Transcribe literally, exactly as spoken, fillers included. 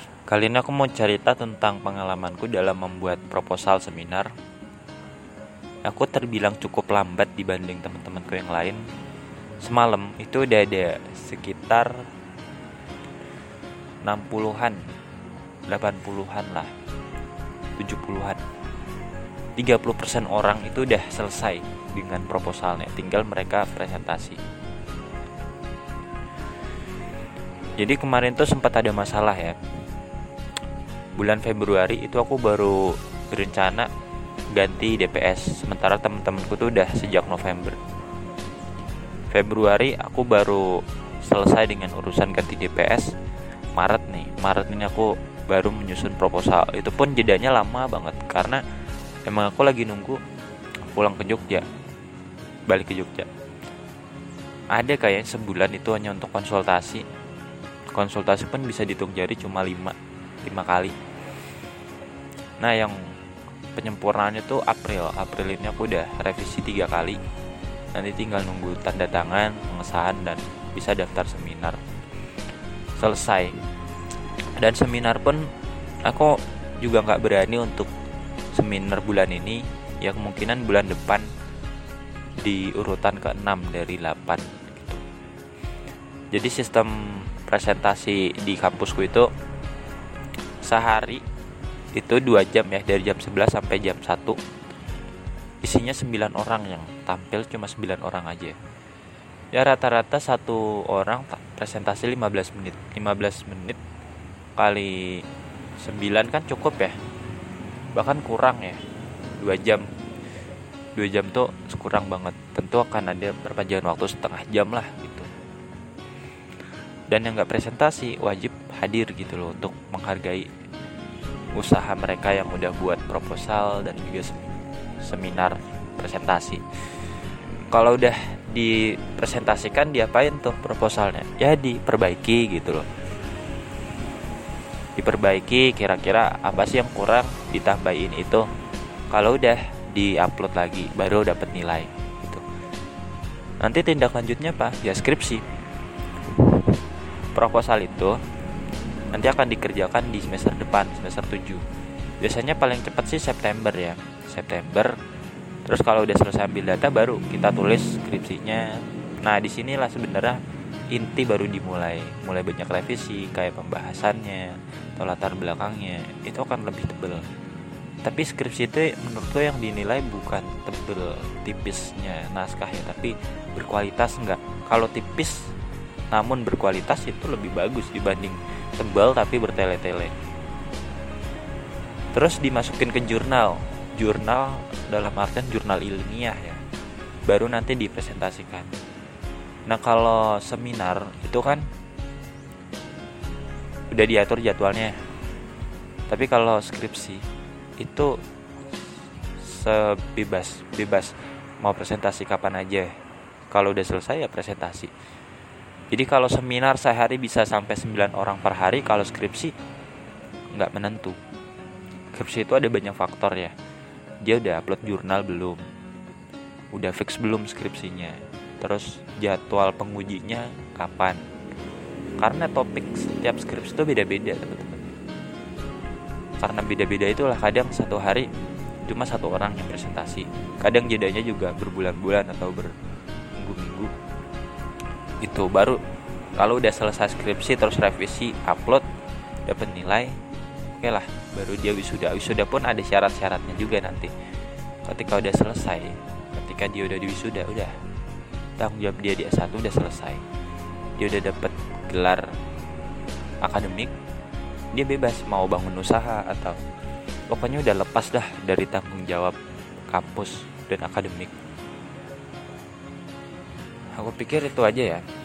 Kali ini aku mau cerita tentang pengalamanku dalam membuat proposal seminar. Aku terbilang cukup lambat dibanding teman-temanku yang lain. Semalam itu udah ada sekitar enam puluhan, delapan puluhan lah, tujuh puluhan. tiga puluh persen orang itu udah selesai dengan proposalnya, tinggal mereka presentasi. Jadi kemarin tuh sempat ada masalah ya. Bulan Februari itu aku baru berencana ganti D P S, sementara teman-temanku tuh udah sejak November. Februari aku baru selesai dengan urusan ganti D P S. Maret nih, Maret ini aku baru menyusun proposal. Itu pun jedanya lama banget karena emang aku lagi nunggu pulang ke Jogja, balik ke Jogja. Ada kayaknya sebulan itu hanya untuk konsultasi. Konsultasi pun bisa dihitung jari cuma lima lima kali. Nah, yang penyempurnaannya tuh April. April ini aku udah revisi tiga kali. Nanti tinggal nunggu tanda tangan, pengesahan, dan bisa daftar seminar. Selesai. Dan seminar pun aku juga gak berani untuk seminar bulan ini. Ya kemungkinan bulan depan di urutan ke enam dari delapan gitu. Jadi sistem presentasi di kampusku itu sehari itu dua jam ya, dari jam sebelas sampai jam satu. Isinya sembilan orang, yang tampil cuma sembilan orang aja. Ya rata-rata satu orang presentasi lima belas menit. lima belas menit kali sembilan kan cukup ya. Bahkan kurang ya. dua jam. dua jam tuh kurang banget. Tentu akan ada perpanjangan waktu setengah jam lah gitu. Dan yang gak presentasi wajib hadir gitu loh, untuk menghargai usaha mereka yang udah buat proposal dan juga seminar presentasi. Kalau udah dipresentasikan, diapain tuh proposalnya? Ya diperbaiki gitu loh. Diperbaiki, kira-kira apa sih yang kurang, ditambahin itu. Kalau udah di-upload lagi baru dapat nilai gitu. Nanti tindak lanjutnya apa? Ya skripsi. Proposal itu nanti akan dikerjakan di semester depan, semester tujuh. Biasanya paling cepat sih September ya. September. Terus kalau udah selesai ambil data baru kita tulis skripsinya. Nah, disinilah sebenarnya inti baru dimulai. Mulai banyak revisi, kayak pembahasannya atau latar belakangnya. Itu akan lebih tebel. Tapi skripsi itu menurutku yang dinilai bukan tebel tipisnya naskah ya, tapi berkualitas enggak. Kalau tipis namun berkualitas itu lebih bagus dibanding tebal tapi bertele-tele. Terus dimasukin ke jurnal. Jurnal dalam artian jurnal ilmiah ya. Baru nanti dipresentasikan. Nah, kalau seminar itu kan udah diatur jadwalnya. Tapi kalau skripsi itu sebebas bebas mau presentasi kapan aja. Kalau udah selesai ya presentasi. Jadi kalau seminar sehari bisa sampai sembilan orang per hari, kalau skripsi nggak menentu. Skripsi itu ada banyak faktor ya. Dia udah upload jurnal belum? Udah fix belum skripsinya? Terus jadwal pengujinya kapan? Karena topik setiap skripsi itu beda-beda teman-teman. Karena beda-beda itulah kadang satu hari cuma satu orang yang presentasi. Kadang jedanya juga berbulan-bulan atau berminggu-minggu. Itu baru kalau udah selesai skripsi terus revisi, upload, dapat nilai, oke lah, baru dia wisuda. Wisuda pun ada syarat-syaratnya juga nanti. Ketika udah selesai, ketika dia udah di wisuda, udah tanggung jawab dia di S satu udah selesai. Dia udah dapat gelar akademik, dia bebas mau bangun usaha atau pokoknya udah lepas dah dari tanggung jawab kampus dan akademik. Aku pikir itu aja ya.